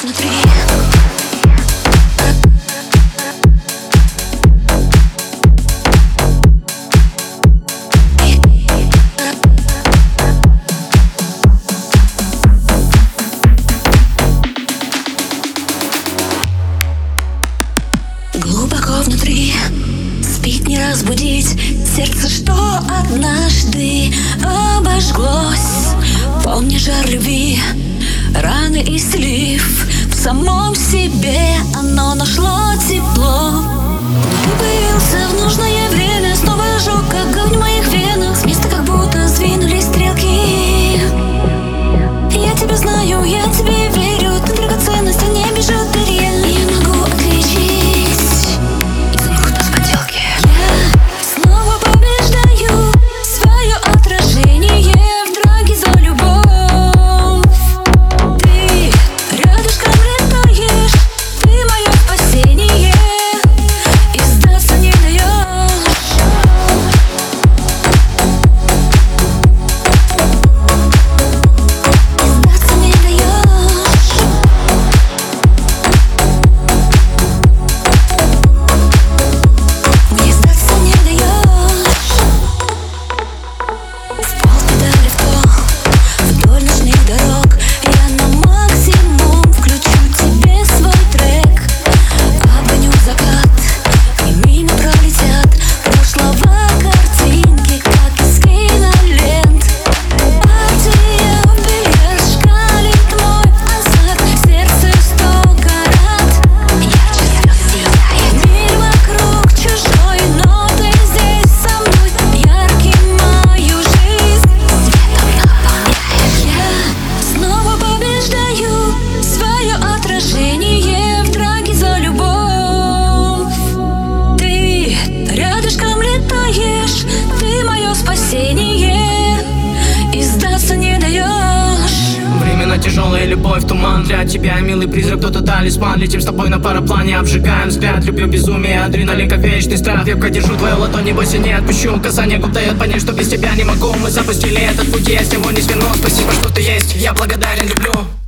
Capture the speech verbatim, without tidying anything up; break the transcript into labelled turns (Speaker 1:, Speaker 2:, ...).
Speaker 1: внутри. Глубоко внутри спит не разбудить сердце, что однажды обожглось. Помни жар любви, раны и слив. В самом себе оно нашло тепло. Ты появился в нужное время, снова ожог огонь в моих венах. С места как будто сдвинулись стрелки. Я тебя знаю, я тебе верю. Ты драгоценность, а не бижутерия. Не могу отличить игрушку с поделки. Я снова побеждаю свое отражение в драке за любовь. Ты рядышком летаешь, ты мое спасение, и сдаться не даешь. Сдаться не даешь. Мне сдаться не даешь. В пол педали в то, вдоль ночных дорог я на максимум включу тебе свой трек. Обгоню закат, и мимо пролетят прошлого картинки, как из кинолент. Партия в бильярд, шкалит мой азарт, сердце сто карат. Ярче звезд сияет. Мир вокруг чужой, но ты здесь со мной. Яркий мою жизнь светом наполняешь. Я снова побеждаю свое отражение в драке за любовь. Ты рядышком летаешь, ты мое спасение, и сдаться не даешь.
Speaker 2: Временно тяжелая любовь, туман для тебя, милый призрак, кто-то талисман. Летим с тобой на параплане, обжигаем взгляд. Люблю безумие, адреналин как вечный страх. Крепко держу твою ладонь, не бойся, не отпущу. Касание губ дает понять, что без тебя не могу. Мы запустили этот путь, я с него не сверну. Спасибо, что ты есть, я благодарен, люблю.